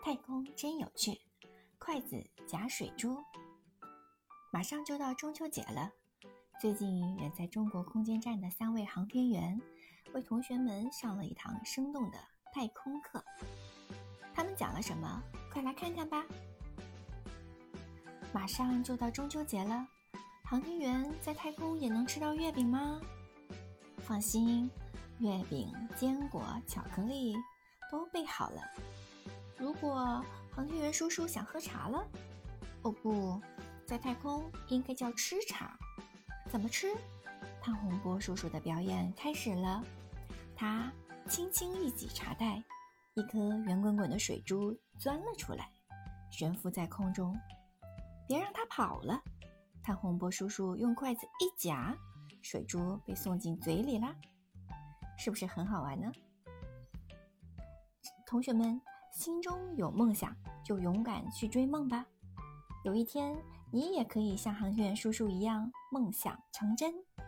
太空真有趣，筷子夹水珠。马上就到中秋节了，最近远在中国空间站的3位航天员为同学们上了一堂生动的太空课。他们讲了什么？快来看看吧。马上就到中秋节了，航天员在太空也能吃到月饼吗？放心，月饼、坚果、巧克力都备好了。如果航天员叔叔想喝茶了，哦不，在太空应该叫吃茶。怎么吃？汤洪波叔叔的表演开始了。他轻轻一挤茶袋，一颗圆滚滚的水珠钻了出来，悬浮在空中。别让它跑了！汤洪波叔叔用筷子一夹，水珠被送进嘴里啦。是不是很好玩呢？同学们，心中有梦想就勇敢去追梦吧。有一天，你也可以像航天员叔叔一样梦想成真。